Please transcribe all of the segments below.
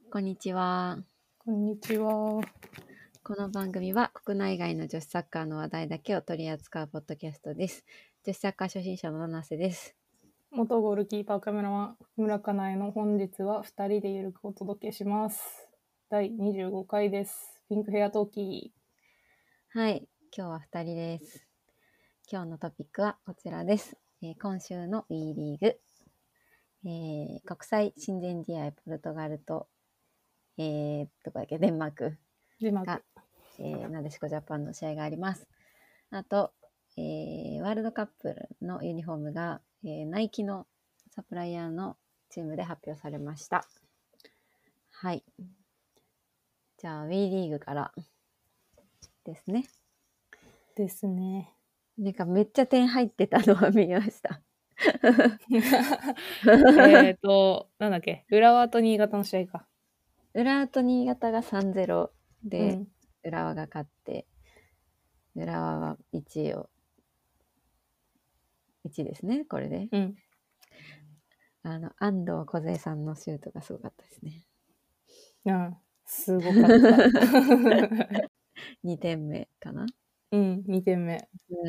こんにちは。 こんにちは。 この番組は国内外の女子サッカーの話題だけを取り扱うポッドキャストです。女子サッカー初心者の七瀬です。 元ゴールキーパーカメラマン村かなえの本日は2人でゆるくお届けします。第25回です。ピンクヘアトーキはい、今日は2人です。今日のトピックはこちらです。今週の WE リーグ、国際親善試合ポルトガルと、どこだっけデンマークが、なでしこジャパンの試合があります。あと、ワールドカップのユニフォームが、ナイキのサプライヤーのチームで発表されました。はい。じゃあ WE リーグからですね。 ですね。 なんかめっちゃ点入ってたのは見ました。 なんだっけ、浦和と新潟の試合か。 浦和と新潟が 3-0 で、浦和が勝って、浦和は1ですね、これで。安藤梢さんのシュートがすごかったですね。 すごかった。 2点目かな。 2点目。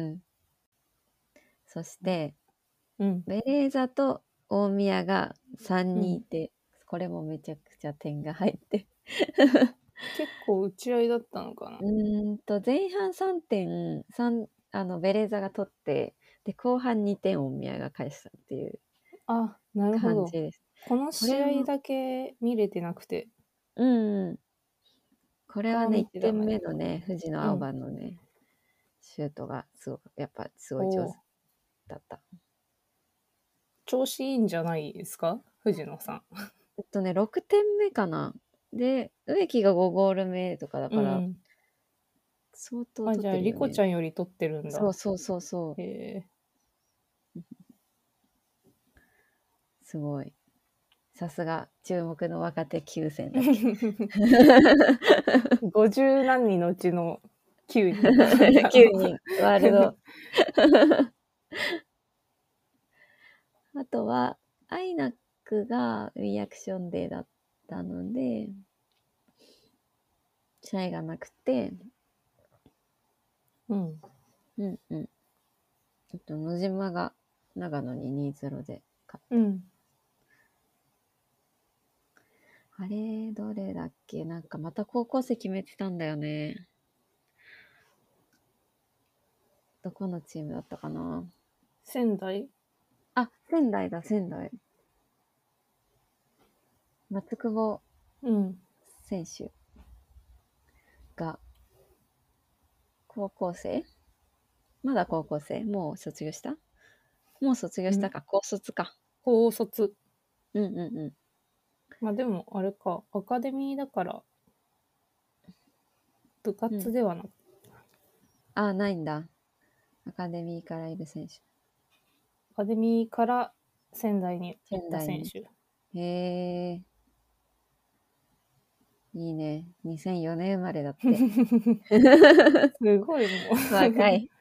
そして、ベレーザと大宮が3人いて、これもめちゃくちゃ点が入って結構打ち合いだったのかな。 前半3点ベレーザが取って、で後半2点大宮が返したっていう感じです。 この試合だけ見れてなくて。 これはね、1点目のね、藤野青葉のね、シュートがやっぱすごい上手だった。 調子いいんじゃないですか、藤野さん。 6点目かな。で、植木が5ゴール目とかだから、相当取ってるよね。 じゃあ、リコちゃんより取ってるんだ。 そう。すごい。さすが、注目の若手9選だっけ。 50何人のうちの9人。 9人、ワールド。あとは、アイナックがウィアクションデーだったので、試合がなくて、野島が長野に 2-0 で勝った。あれ、どれだっけ、なんかまた高校生決めてたんだよね。どこのチームだったかな。 仙台だ、仙台。松久保選手が高校生？まだ高校生？もう卒業した？もう卒業したか、高卒か。 高卒。 まあでもあれか、アカデミーだから部活ではなく、 ないんだ。アカデミーからいる選手。 アカデミーから仙台に行った選手。 へえ。いいね。2004年生まれだって。すごいもう。 若い。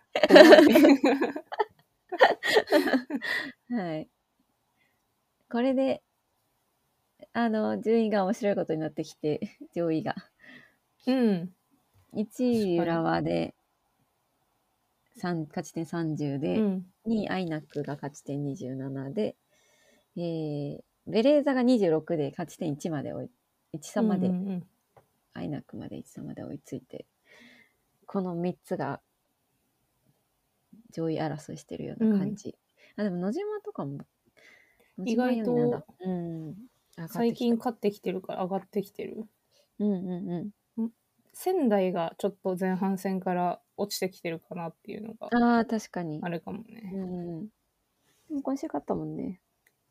はい。これで、順位が面白いことになってきて、上位が。1位浦和で、勝ち点30で、2位アイナックが勝ち点27で、ベレーザが26で勝ち点1まで1差まで、アイナックまで1差まで追いついて、この3つが上位争いしてるような感じ。でも野島とかも意外と最近勝ってきてるから上がってきてる。仙台がちょっと前半戦から落ちてきてるかなっていうのが確かにあるかもね。 でも今週勝ったもんね。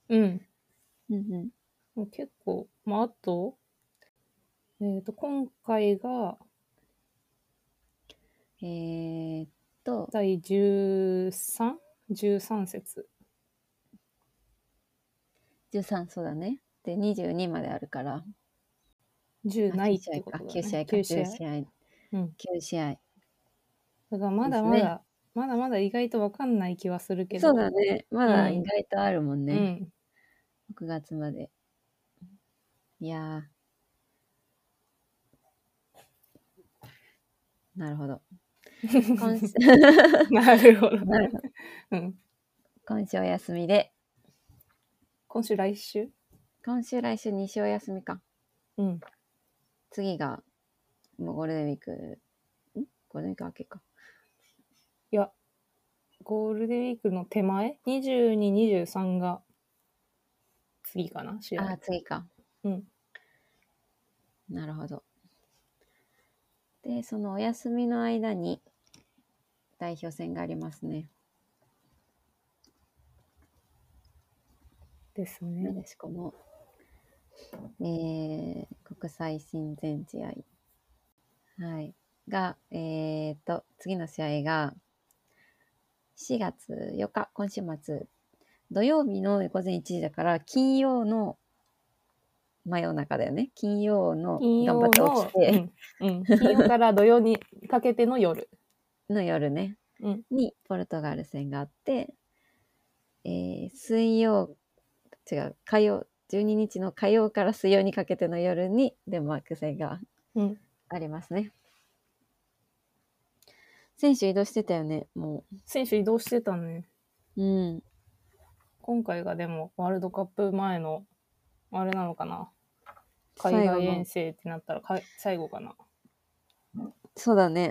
結構、あと今回が第13節。 13、そうだね。で、22まであるから。 10ないってことだね。9試合か。 9試合。 だからまだまだ意外と分かんない気はするけど。 そうだね。まだ意外とあるもんね。6月まで。いやなるほど。今週なるほど。 なるほど。 うん。 今週お休みで、 今週、来週今週来週2週お休みか。 うん。 次が、もうゴールデンウィーク、ゴールデンウィーク明けか。 いや、ゴールデンウィークの手前 ?22、23が次かな試合。 次か。 うん。 なるほど。で、そのお休みの間に代表戦がありますね。 ですね。 しかも、国際親善試合。はい。が、次の試合が、4月4日、今週末、土曜日の午前1時だから、金曜の真夜中だよね。金曜の頑張って起きて、 金曜から土曜にかけての夜。 の夜ね、にポルトガル戦があって、火曜、12日の火曜から水曜にかけての夜にデンマーク戦がありますね。選手移動してたよね、もう。 選手移動してたね。 うん。 今回がでもワールドカップ前の、あれなのかな。海外遠征ってなったら最後かな。 そうだね。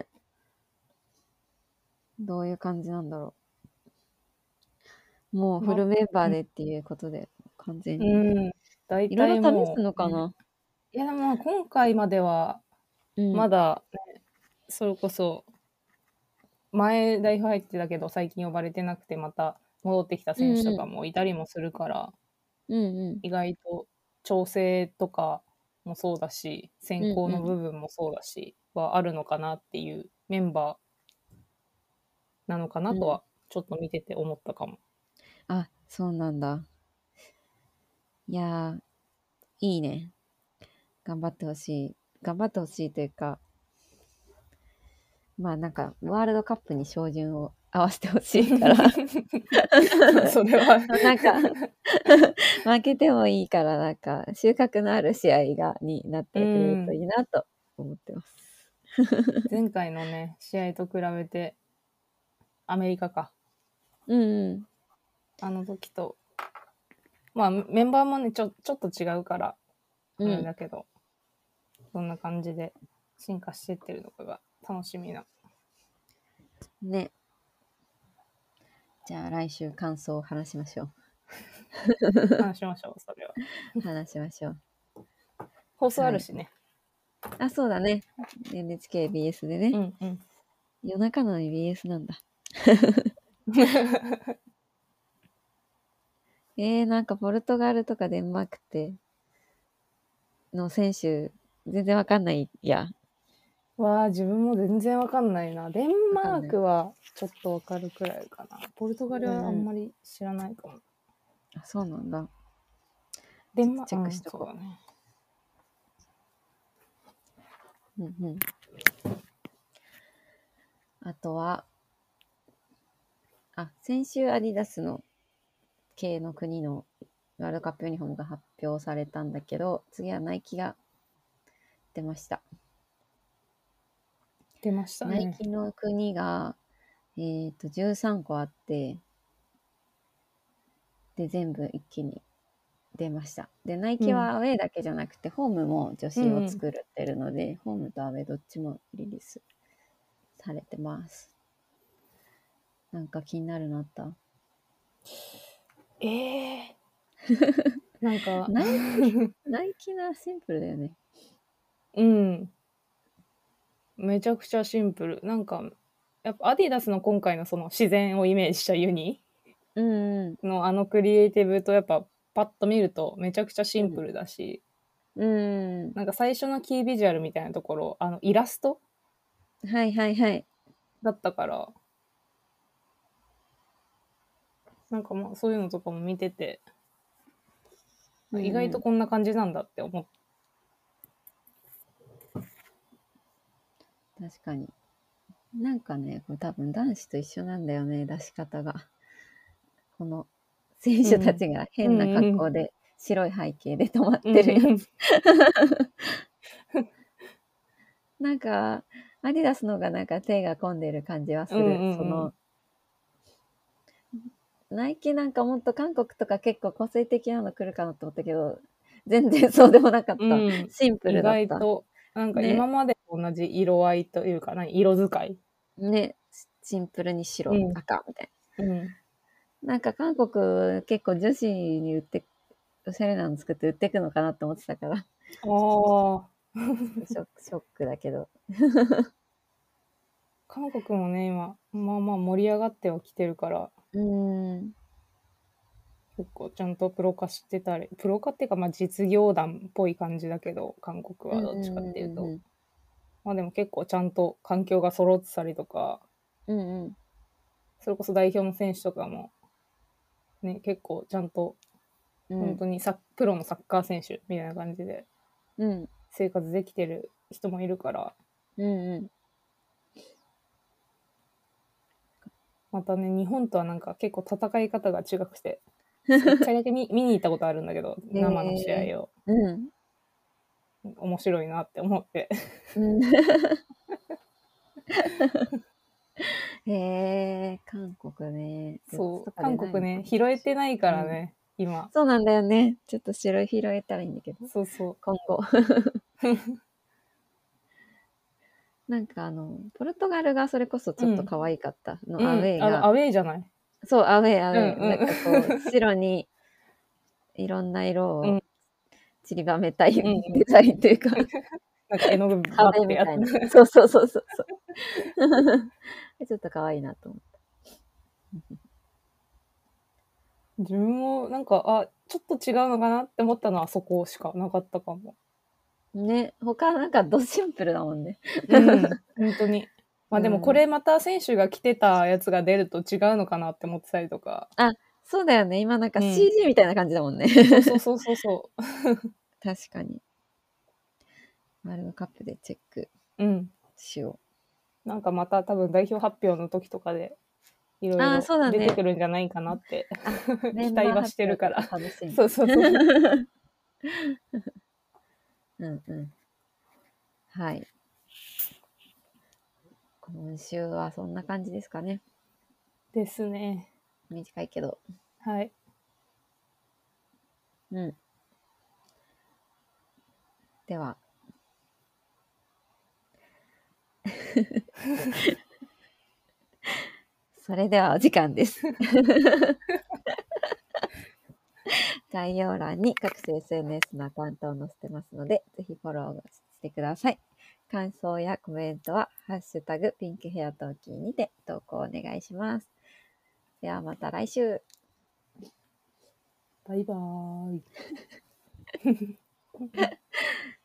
どういう感じなんだろう。もうフルメンバーでっていうことで、完全に。 大体いろいろ試すのかな。 いや、でも今回までは、まだ、ね、それこそ、前代表入ってたけど、最近呼ばれてなくて、また戻ってきた選手とかもいたりもするから、意外と調整とかもそうだし、選考の部分もそうだし、はあるのかなっていうメンバーなのかなとは、ちょっと見てて思ったかも。 あ、そうなんだ。いやー、いいね。頑張ってほしい。頑張ってほしいというか、まあなんか、ワールドカップに照準を合わせてほしいから。 それは。 なんか、負けてもいいから、なんか、収穫のある試合になってくれるといいなと思ってます。 前回のね、試合と比べて、アメリカか。あの時と、まあメンバーもね、ちょっと違うから、あれだけど、そんな感じで進化してってるのかが楽しみな。 ね。じゃあ来週感想を話しましょう。 話しましょう、それは。 話しましょう。 放送あるしね。 あ、そうだね。NHKBS でね。夜中の BS なんだ。なんかポルトガルとかデンマークっての選手全然わかんないや。 わあ、自分も全然わかんないな。デンマークはちょっとわかるくらいかな。ポルトガルはあんまり知らないかも。 あ、そうなんだ。 デンマークチェックしとこう。 そうだね。 あとは、先週アディダスの系の国のワールドカップユニフォームが発表されたんだけど、次はナイキが出ました。 出ましたね。 ナイキの国が、13個あって、で、全部一気に出ました。で、ナイキはアウェーだけじゃなくて、ホームも女子を作ってるので、ホームとアウェーどっちもリリースされてます。なんか気になるのあった？ なんかナイキなシンプルだよね。 めちゃくちゃシンプル。なんかやっぱアディダスの今回のその自然をイメージしたユニのあのクリエイティブとやっぱパッと見るとめちゃくちゃシンプルだし、なんか最初のキービジュアルみたいなところ、イラストだったから、なんかまあそういうのとかも見てて、意外とこんな感じなんだって思って。 確かに。なんかね、これ多分男子と一緒なんだよね、出し方が。この選手たちが変な格好で白い背景で止まってるやつ。なんか、 アディダスの方がなんか手が込んでる感じはする。その、ナイキなんかもっと韓国とか結構個性的なの来るかなと思ったけど、全然そうでもなかった。シンプルだった。 意外と、なんか今までと同じ色合いというか、色使い。 ね、シンプルに白、赤みたいな。なんか韓国結構女子におしゃれなの作って売っていくのかなって思ってたから。ああ。ショックだけど。 韓国もね、今、まあまあ盛り上がってはきてるから。結構ちゃんとプロ化してたり、プロ化っていうか、まあ実業団っぽい感じだけど、韓国はどっちかっていうと。まあでも結構ちゃんと環境が揃ってたりとか、それこそ代表の選手とかも、ね、結構ちゃんと、本当にプロのサッカー選手みたいな感じで、生活できてる人もいるから、またね、日本とはなんか結構戦い方が違くて、一回だけ見に行ったことあるんだけど、生の試合を。面白いなって思って。 へえ、韓国ね。 そう、韓国ね、拾えてないからね、今。 そうなんだよね。ちょっと拾えたらいいんだけど。 そうそう。 今後。なんかポルトガルがそれこそちょっと可愛かったの、アウェーが。 アウェーじゃない？ そう、アウェー。なんかこう、白にいろんな色を散りばめたいデザインというか、 なんか絵の具バッてやって。 そう。ちょっと可愛いなと思った。 自分もなんか、ちょっと違うのかなって思ったのはそこしかなかったかも。 ね、他なんかドシンプルだもんね。 本当に。まあでもこれまた選手が着てたやつが出ると違うのかなって思ってたりとか。 あ、そうだよね。今なんか CG みたいな感じだもんね。 そう。 確かに。ワールドカップでチェックしよう。なんかまた多分代表発表の時とかでいろいろ出てくるんじゃないかなって、期待はしてるから。 楽しみ。 そう。 はい。今週はそんな感じですかね。 ですね。 短いけど。 はい。 では。それではお時間です。概要欄に各種 SNS のアカウントを載せてますので、ぜひフォローしてください。感想やコメントは、ハッシュタグピンクヘアトーキーにて投稿お願いします。ではまた来週。 バイバーイ。